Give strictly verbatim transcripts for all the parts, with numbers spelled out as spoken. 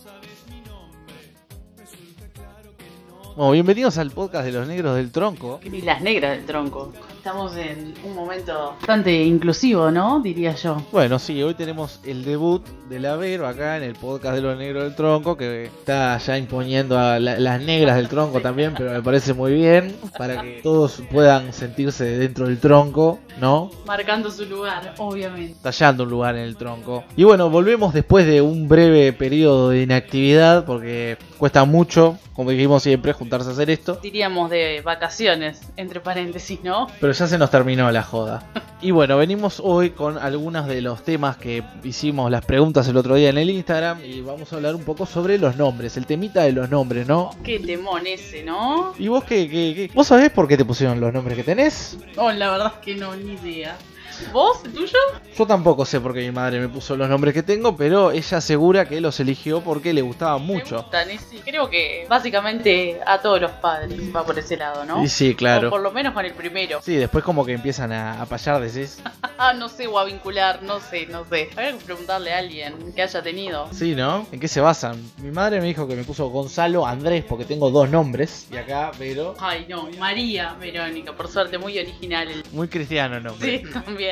Bueno, bienvenidos al podcast de los negros del tronco. Y las negras del tronco. Estamos en un momento bastante inclusivo, ¿no? Diría yo. Bueno, sí, hoy tenemos el debut del Avero acá en el podcast de los negros del tronco, que está ya imponiendo a la, las negras del tronco también, pero me parece muy bien, para que todos puedan sentirse dentro del tronco, ¿no? Marcando su lugar, obviamente. Tallando un lugar en el tronco. Y bueno, volvemos después de un breve periodo de inactividad, porque cuesta mucho, como dijimos siempre, juntarse a hacer esto. Diríamos de vacaciones, entre paréntesis, ¿no? Pero ya se nos terminó la joda. Y bueno, venimos hoy con algunos de los temas que hicimos las preguntas el otro día en el Instagram. Y vamos a hablar un poco sobre los nombres, el temita de los nombres, ¿no? Qué temón ese, ¿no? ¿Y vos qué, qué, qué? ¿Vos sabés por qué te pusieron los nombres que tenés? Oh, la verdad es que no, ni idea. ¿Vos? ¿El tuyo? Yo tampoco sé por qué mi madre me puso los nombres que tengo, pero ella asegura que los eligió porque le gustaban mucho. Me gustan, y sí, creo que básicamente a todos los padres va por ese lado, ¿no? Y sí, claro. O por lo menos con el primero. Sí, después como que empiezan a, a payar, decís. Ah, no sé, o a vincular, no sé, no sé. Habría que preguntarle a alguien que haya tenido. Sí, ¿no? ¿En qué se basan? Mi madre me dijo que me puso Gonzalo Andrés porque tengo dos nombres. Y acá, Vero. Ay, no, María Verónica, por suerte, muy original. El... Muy cristiano el nombre. Sí, también.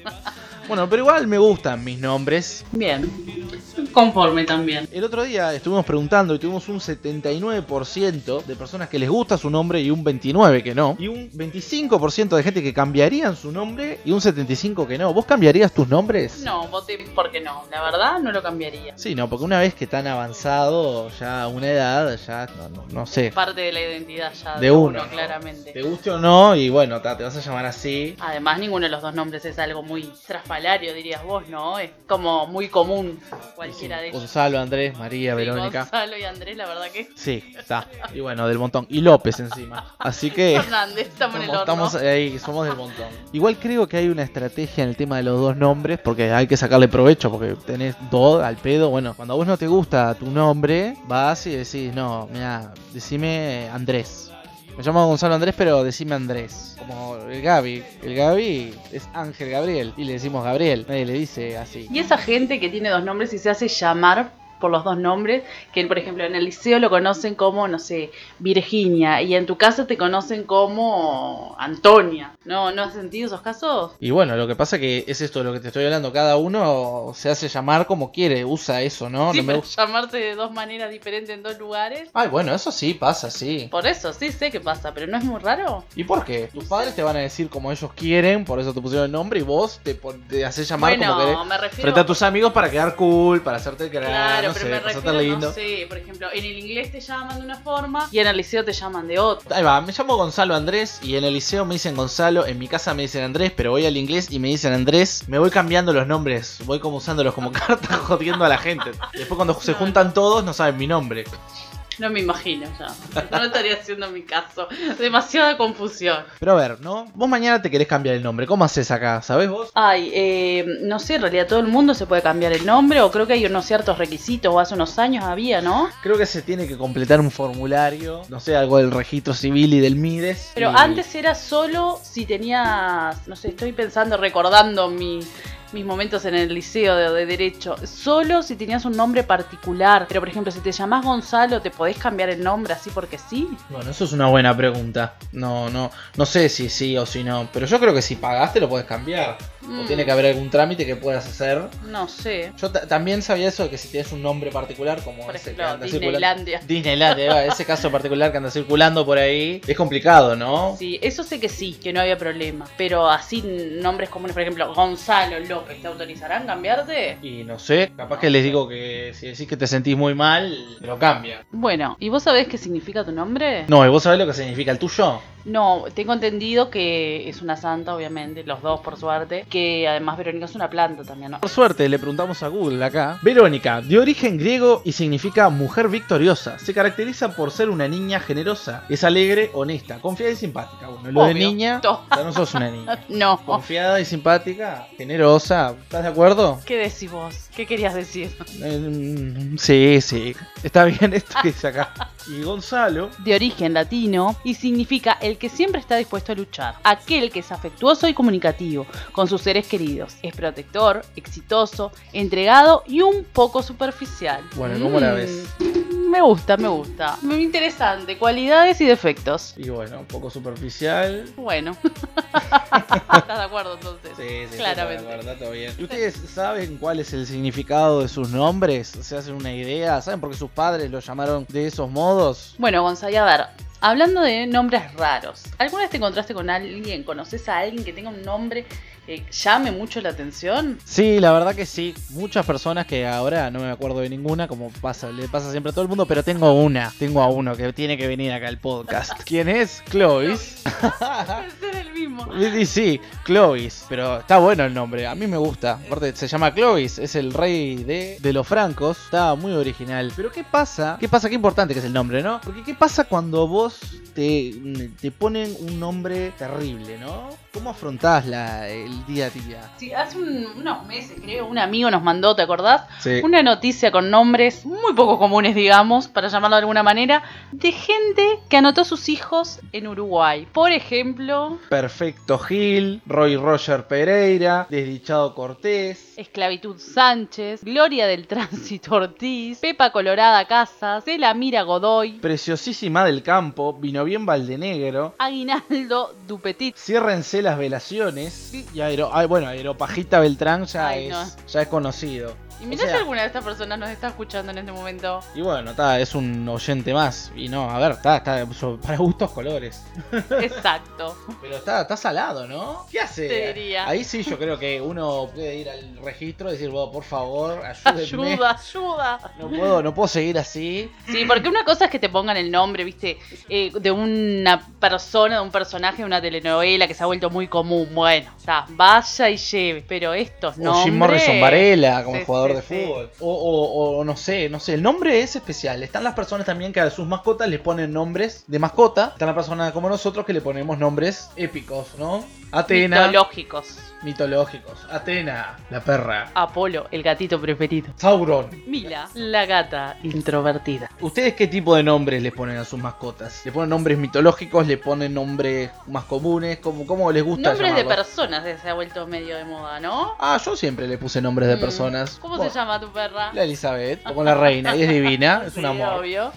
Bueno, pero igual me gustan mis nombres. Bien, conforme también. El otro día estuvimos preguntando y tuvimos un setenta y nueve por ciento de personas que les gusta su nombre y un veintinueve por ciento que no. Y un veinticinco por ciento de gente que cambiarían su nombre y un setenta y cinco por ciento que no. ¿Vos cambiarías tus nombres? No, voté porque no. La verdad, no lo cambiaría. Sí, no, porque una vez que están avanzado ya a una edad, ya no, no, no sé. Parte de la identidad ya de, de uno, uno, ¿no? Claramente. Te guste o no, y bueno, ta, te vas a llamar así. Además, ninguno de los dos nombres es algo muy traspalario, dirías vos, ¿no? Es como muy común cualquiera Sí, de ellos. Gonzalo, Andrés, María, Sí, Verónica. Gonzalo y Andrés, la verdad que... Sí, está. Y bueno, del montón. Y López encima. Así que... Fernández, estamos en el horno. Estamos ahí, somos del montón. Igual creo que hay una estrategia en el tema de los dos nombres, porque hay que sacarle provecho, porque tenés dos al pedo. Bueno, cuando a vos no te gusta tu nombre, vas y decís, no, mira, decime Andrés. Me llamo Gonzalo Andrés, pero decime Andrés. Como el Gaby. El Gaby es Ángel Gabriel. Y le decimos Gabriel. Nadie le dice así. Y esa gente que tiene dos nombres y se hace llamar por los dos nombres, que por ejemplo en el liceo lo conocen como, no sé, Virginia, y en tu casa te conocen como Antonia. ¿No, no has sentido esos casos? Y bueno, lo que pasa que es esto de lo que te estoy hablando. Cada uno se hace llamar como quiere, usa eso, ¿no? Sí, no me pero gusta. llamarse de dos maneras diferentes en dos lugares. Ay, bueno, eso sí pasa, sí. Por eso, sí sé que pasa, pero ¿no es muy raro? ¿Y por qué? Tus padres te van a decir como ellos quieren, por eso te pusieron el nombre, y vos te, pon- te haces llamar Bueno, como querés me refiero... frente a tus amigos para quedar cool, para hacerte creer, Claro, no pero sé, me pasarte refiero, lindo. no sé, por ejemplo, en el inglés te llaman de una forma y en el liceo te llaman de otra. Ahí va, me llamo Gonzalo Andrés y en el liceo me dicen Gonzalo, en mi casa me dicen Andrés, pero voy al inglés y me dicen Andrés. Me voy cambiando los nombres, voy como usándolos como cartas jodiendo a la gente. Después cuando se juntan todos no saben mi nombre. No me imagino ya. No estaría haciendo mi caso. Demasiada confusión. Pero a ver, ¿no? Vos mañana te querés cambiar el nombre, ¿cómo haces acá? ¿Sabés vos? Ay, eh, no sé, en realidad todo el mundo se puede cambiar el nombre o creo que hay unos ciertos requisitos o hace unos años había, ¿no? Creo que se tiene que completar un formulario, no sé, algo del registro civil y del MIDES. Pero y... antes era solo si tenías, no sé, estoy pensando, recordando mi... mis momentos en el liceo de, de Derecho, solo si tenías un nombre particular. Pero por ejemplo, si te llamás Gonzalo, ¿te podés cambiar el nombre así porque sí? Bueno, eso es una buena pregunta. No, no, no sé si sí o si no, pero yo creo que si pagaste lo puedes cambiar. Mm. O tiene que haber algún trámite que puedas hacer. No sé. Yo t- también sabía eso de que si tienes un nombre particular como Por ese ejemplo, que anda Disneylandia. circulando. Disneylandia, va, ese caso particular que anda circulando por ahí. Es complicado, ¿no? Sí, eso sé que sí, que no había problema. Pero así nombres comunes, por ejemplo, Gonzalo López, ¿te autorizarán cambiarte? Y no sé, capaz que les digo que si decís que te sentís muy mal, te lo cambian. Bueno, ¿y vos sabés qué significa tu nombre? No, ¿y vos sabés lo que significa el tuyo? No, tengo entendido que es una santa, obviamente, los dos por suerte. Que además Verónica es una planta también, ¿no? Por suerte le preguntamos a Google acá. Verónica, de origen griego y significa mujer victoriosa. Se caracteriza por ser una niña generosa. Es alegre, honesta, confiada y simpática. Bueno, lo de Obvio. niña, To- ya no sos una niña. No. Confiada y simpática, generosa. ¿Estás de acuerdo? ¿Qué decís vos? ¿Qué querías decir? Eh, sí, sí. Está bien esto que dice acá. Y Gonzalo. De origen latino y significa el que siempre está dispuesto a luchar. Aquel que es afectuoso y comunicativo con sus seres queridos. Es protector, exitoso, entregado y un poco superficial. Bueno, ¿cómo Mm, la ves? Me gusta, me gusta. Muy interesante. Cualidades y defectos. Y bueno, un poco superficial. Bueno. ¿Estás de acuerdo entonces? Sí, sí, claramente. Está, está todo bien. ¿Y ustedes saben cuál es el significado de sus nombres? ¿Se hacen una idea? ¿Saben por qué sus padres los llamaron de esos modos? Bueno, Gonzalo, a ver, hablando de nombres raros, ¿alguna vez te encontraste con alguien, conoces a alguien que tenga un nombre que llame mucho la atención? Sí, la verdad que sí. Muchas personas que ahora no me acuerdo de ninguna, como pasa, le pasa siempre a todo el mundo, pero tengo una, tengo a uno que tiene que venir acá al podcast. ¿Quién es? Clovis. Ese es el mismo. Sí, sí, Clovis, pero está bueno el nombre, a mí me gusta. Aparte se llama Clovis, es el rey de, de los francos, está muy original. Pero ¿qué pasa? ¿Qué pasa? Qué importante que es el nombre, ¿no? Porque ¿qué pasa cuando vos te, te ponen un nombre terrible, ¿no? ¿Cómo afrontás la, el día a día? Sí, hace un- unos meses, creo, un amigo nos mandó, ¿te acordás? Sí. Una noticia con nombres muy poco comunes, digamos, para llamarlo de alguna manera, de gente que anotó sus hijos en Uruguay. Por ejemplo, Perfecto Gil, Roy Roger Pereira, Desdichado Cortés. Esclavitud Sánchez, Gloria del Tránsito Ortiz, Pepa Colorada Casas, De la Mira Godoy, Preciosísima del Campo, Vino Bien Valdenegro. Aguinaldo Dupetit. Ciérrense las velaciones. Y Aero, ay, bueno, Aeropajita Beltrán ya, Ay, es, no. ya es conocido. Y O mirá sea, si alguna de estas personas nos está escuchando en este momento. y bueno, está, es un oyente más. Y no, a ver, está, está so- para gustos colores. Exacto. Pero está, está salado, ¿no? ¿Qué hace? Te diría. Ahí sí yo creo que uno puede ir al registro y decir, bueno, por favor, ayúdenme. Ayuda, ayuda. No puedo, no puedo seguir así. Sí, porque una cosa es que te pongan el nombre, viste, eh, de una persona, de un personaje de una telenovela que se ha vuelto muy común. Bueno, está, vaya y lleve. Pero estos O nombres... Jim Morrison Varela como Sí, jugador sí, de sí. fútbol. O, o, o no sé, no sé. El nombre es especial. Están las personas también que a sus mascotas les ponen nombres de mascota. Están las personas como nosotros que le ponemos nombres épicos, ¿no? Atena. Mitológicos. Mitológicos. Atena, la perra. Apolo, el gatito preferido. Sauron. Mila, la gata introvertida. ¿Ustedes qué tipo de nombres les ponen a sus mascotas? ¿Le ponen nombres mitológicos? ¿Le ponen nombres más comunes? ¿Cómo, cómo les gusta Nombres de llamarlos? personas se ha vuelto medio de moda, ¿no? Ah, yo siempre le puse nombres de Mm. personas. ¿Cómo Bueno, se llama tu perra? La Elizabeth, como la reina, y es divina, es Sí, un amor. obvio.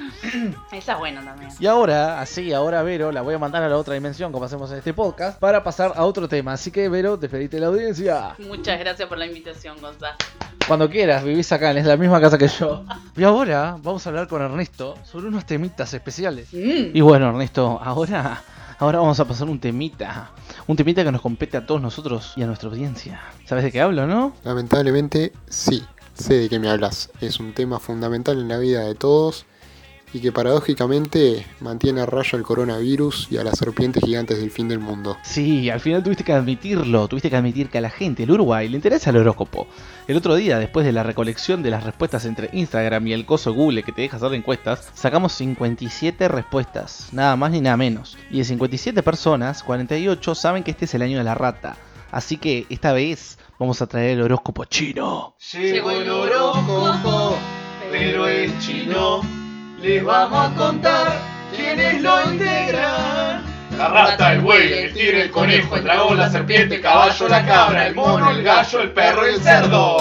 Esa es buena también. Y ahora, así, ahora Vero, la voy a mandar a la otra dimensión, como hacemos en este podcast, para pasar a otro tema. Así que, Vero, despedite de la audiencia. Muchas gracias por la invitación, Gonzalo. Cuando quieras, vivís acá, en la misma casa que yo. Y ahora vamos a hablar con Ernesto sobre unos temitas especiales. Mm. Y bueno, Ernesto, ahora, ahora vamos a pasar un temita. Un temita que nos compete a todos nosotros y a nuestra audiencia. ¿Sabes de qué hablo, no? Lamentablemente, sí, sé de qué me hablas. Es un tema fundamental en la vida de todos y que paradójicamente mantiene a raya el coronavirus y a las serpientes gigantes del fin del mundo. Sí, al final tuviste que admitirlo, tuviste que admitir que a la gente del Uruguay le interesa el horóscopo. El otro día, después de la recolección de las respuestas entre Instagram y el coso Google que te deja hacer encuestas, sacamos cincuenta y siete respuestas, nada más ni nada menos. Y de cincuenta y siete personas, cuarenta y ocho saben que este es el año de la rata. Así que esta vez vamos a traer el horóscopo chino. Llegó el horóscopo, pero es chino. Les vamos a contar quiénes lo integran. La rata, el buey, el tigre, el conejo, el dragón, la serpiente, el caballo, la cabra, el mono, el gallo, el perro y el cerdo.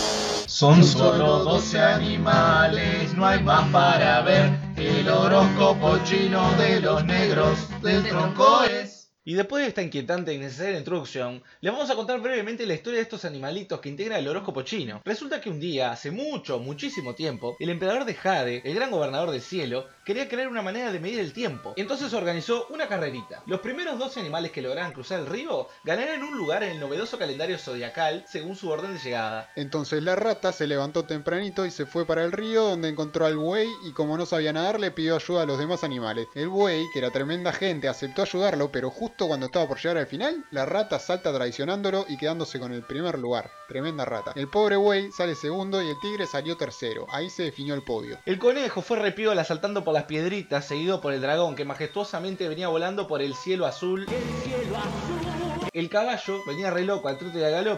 Son solo doce animales, no hay más para ver. El horóscopo chino de los negros del tronco es. Y después de esta inquietante e innecesaria introducción, les vamos a contar brevemente la historia de estos animalitos que integran el horóscopo chino. Resulta que un día, hace mucho, muchísimo tiempo, el emperador de Jade, el gran gobernador del cielo, quería crear una manera de medir el tiempo. Entonces organizó una carrerita. Los primeros doce animales que lograran cruzar el río ganarían un lugar en el novedoso calendario zodiacal según su orden de llegada. Entonces la rata se levantó tempranito y se fue para el río donde encontró al buey y como no sabía nadar le pidió ayuda a los demás animales. El buey, que era tremenda gente, aceptó ayudarlo, pero justo cuando estaba por llegar al final, la rata salta traicionándolo y quedándose con el primer lugar. Tremenda rata. El pobre buey sale segundo y el tigre salió tercero. Ahí se definió el podio. El conejo fue repiola saltando por las piedritas, seguido por el dragón que majestuosamente venía volando por el cielo azul. El caballo venía re loco al trote y al galope,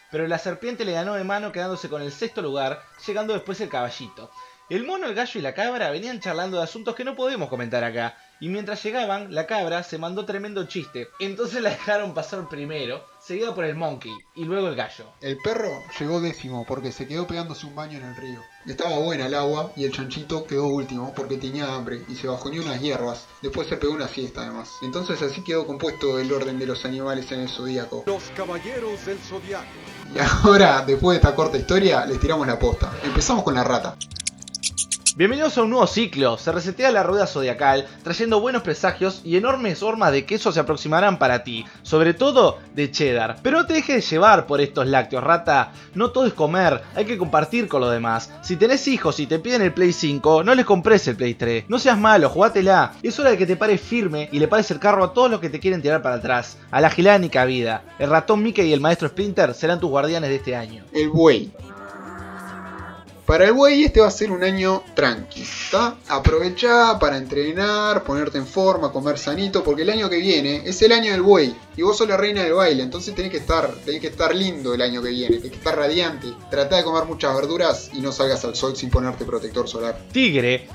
pero la serpiente le ganó de mano quedándose con el sexto lugar, llegando después el caballito. El mono, el gallo y la cabra venían charlando de asuntos que no podemos comentar acá, y mientras llegaban, la cabra se mandó tremendo chiste, entonces la dejaron pasar primero, seguida por el monkey, y luego el gallo. El perro llegó décimo porque se quedó pegándose un baño en el río. Estaba buena el agua y el chanchito quedó último porque tenía hambre y se bajoneó unas hierbas. Después se pegó una siesta además. Entonces así quedó compuesto el orden de los animales en el zodíaco. Los caballeros del zodiaco. Y ahora, después de esta corta historia, les tiramos la posta. Empezamos con la rata. Bienvenidos a un nuevo ciclo, se resetea la rueda zodiacal, trayendo buenos presagios y enormes hormas de queso se aproximarán para ti, sobre todo de cheddar. Pero no te dejes de llevar por estos lácteos, rata, no todo es comer, hay que compartir con los demás. Si tenés hijos y te piden el Play cinco, no les compres el Play tres, no seas malo, jugátela. Es hora de que te pares firme y le pares el carro a todos los que te quieren tirar para atrás. A la gilada ni cabida, el ratón Mickey y el maestro Splinter serán tus guardianes de este año. El buey. Para el buey este va a ser un año tranqui, ¿está? Aprovechá para entrenar, ponerte en forma, comer sanito, porque el año que viene es el año del buey. Y vos sos la reina del baile, entonces tenés que estar, tenés que estar lindo el año que viene, tenés que estar radiante. Tratá de comer muchas verduras y no salgas al sol sin ponerte protector solar. Tigre.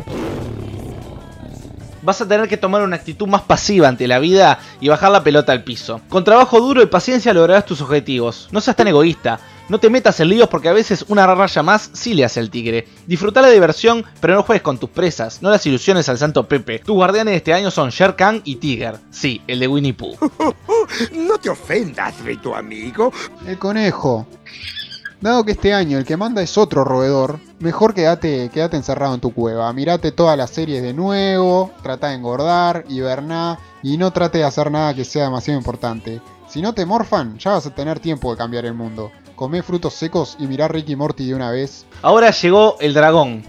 Vas a tener que tomar una actitud más pasiva ante la vida y bajar la pelota al piso. Con trabajo duro y paciencia lograrás tus objetivos. No seas tan egoísta. No te metas en líos porque a veces una raya más sí le hace al tigre. Disfruta la diversión, pero no juegues con tus presas. No las ilusiones al santo Pepe. Tus guardianes de este año son Shere Khan y Tiger. Sí, el de Winnie Pooh. No te ofendas, tu amigo. El conejo. Dado que este año el que manda es otro roedor, mejor quédate, quédate encerrado en tu cueva. Mirate todas las series de nuevo, trata de engordar, hibernar y no trate de hacer nada que sea demasiado importante. Si no te morfan, ya vas a tener tiempo de cambiar el mundo. Comé frutos secos y mirá Rick y Morty de una vez. Ahora llegó el dragón.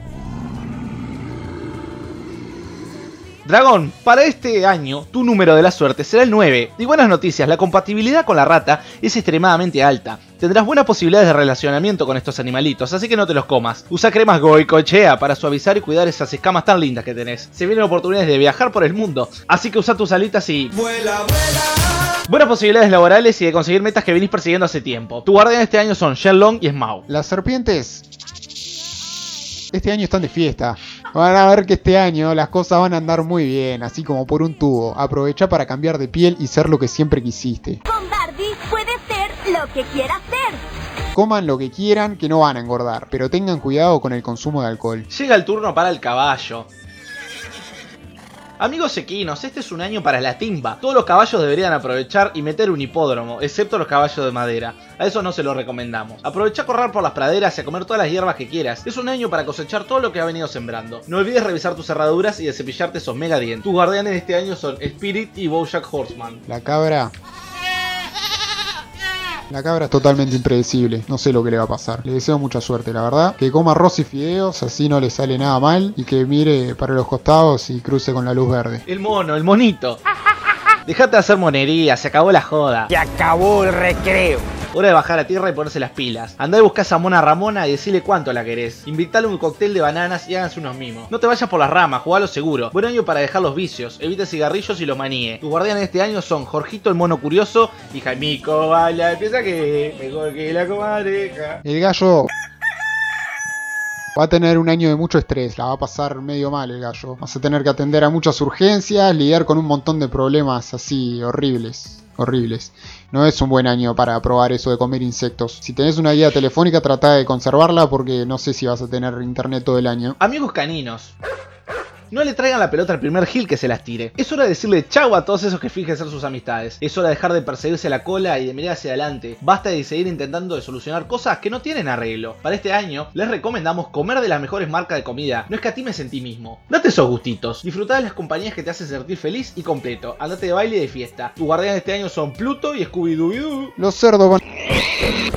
Dragón, para este año, tu número de la suerte será el nueve. Y buenas noticias, la compatibilidad con la rata es extremadamente alta. Tendrás buenas posibilidades de relacionamiento con estos animalitos, así que no te los comas. Usa cremas Goicoechea para suavizar y cuidar esas escamas tan lindas que tenés. Se vienen oportunidades de viajar por el mundo, así que usa tus alitas y... ¡vuela, vuela! Buenas posibilidades laborales y de conseguir metas que venís persiguiendo hace tiempo. Tu guardián este año son Shenlong y Smaug. Las serpientes este año están de fiesta. Van a ver que este año las cosas van a andar muy bien, así como por un tubo. Aprovecha para cambiar de piel y ser lo que siempre quisiste. Con Barbie puedes ser lo que quieras ser. Coman lo que quieran, que no van a engordar, pero tengan cuidado con el consumo de alcohol. Llega el turno para el caballo. Amigos equinos, este es un año para la timba. Todos los caballos deberían aprovechar y meter un hipódromo, excepto los caballos de madera. A eso no se lo recomendamos. Aprovecha a correr por las praderas y a comer todas las hierbas que quieras. Es un año para cosechar todo lo que ha venido sembrando. No olvides revisar tus cerraduras y de cepillarte esos mega dientes. Tus guardianes de este año son Spirit y Bojack Horseman. La cabra... La cabra es totalmente impredecible, no sé lo que le va a pasar. Le deseo mucha suerte, la verdad. Que coma arroz y fideos, así no le sale nada mal. Y que mire para los costados y cruce con la luz verde. El mono, el monito. Dejate de hacer monería, se acabó la joda. Se acabó el recreo. Hora de bajar a tierra y ponerse las pilas. Andá y buscá a esa mona Ramona y decile cuánto la querés. Invitale un cóctel de bananas y háganse unos mimos. No te vayas por las ramas, jugalo seguro. Buen año para dejar los vicios, evita cigarrillos y los maníe. Tus guardianes de este año son Jorgito el mono curioso y Jaimico baila, empieza que mejor que la comadreja. El gallo... va a tener un año de mucho estrés, la va a pasar medio mal el gallo. Vas a tener que atender a muchas urgencias, lidiar con un montón de problemas así horribles. Horribles. No es un buen año para probar eso de comer insectos. Si tenés una guía telefónica, trata de conservarla porque no sé si vas a tener internet todo el año. Amigos caninos. No le traigan la pelota al primer gil que se las tire. Es hora de decirle chau a todos esos que fingen ser sus amistades. Es hora de dejar de perseguirse la cola y de mirar hacia adelante. Basta de seguir intentando de solucionar cosas que no tienen arreglo. Para este año, les recomendamos comer de las mejores marcas de comida. No escatimes en ti mismo. Date esos gustitos. Disfrutá de las compañías que te hacen sentir feliz y completo. Andate de baile y de fiesta. Tus guardianes de este año son Pluto y Scooby-Doo. Los cerdos van...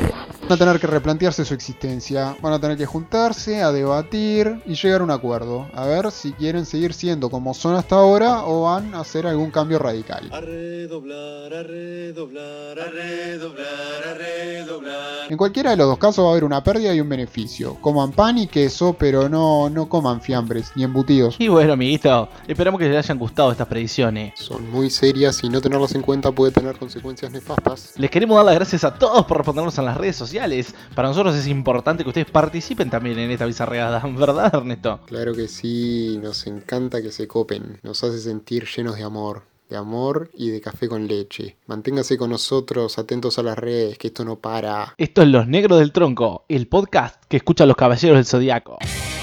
Van a tener que replantearse su existencia, van a tener que juntarse, a debatir y llegar a un acuerdo. A ver si quieren seguir siendo como son hasta ahora o van a hacer algún cambio radical. A redoblar, a redoblar, a redoblar, a redoblar. En cualquiera de los dos casos va a haber una pérdida y un beneficio. Coman pan y queso, pero no, no coman fiambres ni embutidos. Y bueno, amiguito, esperamos que les hayan gustado estas predicciones. Son muy serias y no tenerlas en cuenta puede tener consecuencias nefastas. Les queremos dar las gracias a todos por respondernos en las redes sociales. Para nosotros es importante que ustedes participen también en esta bizarreada, ¿verdad, Ernesto? Claro que sí, nos encanta que se copen, nos hace sentir llenos de amor. De amor y de café con leche. Manténgase con nosotros, atentos a las redes, que esto no para. Esto es Los Negros del Tronco, el podcast que escuchan los Caballeros del Zodiaco.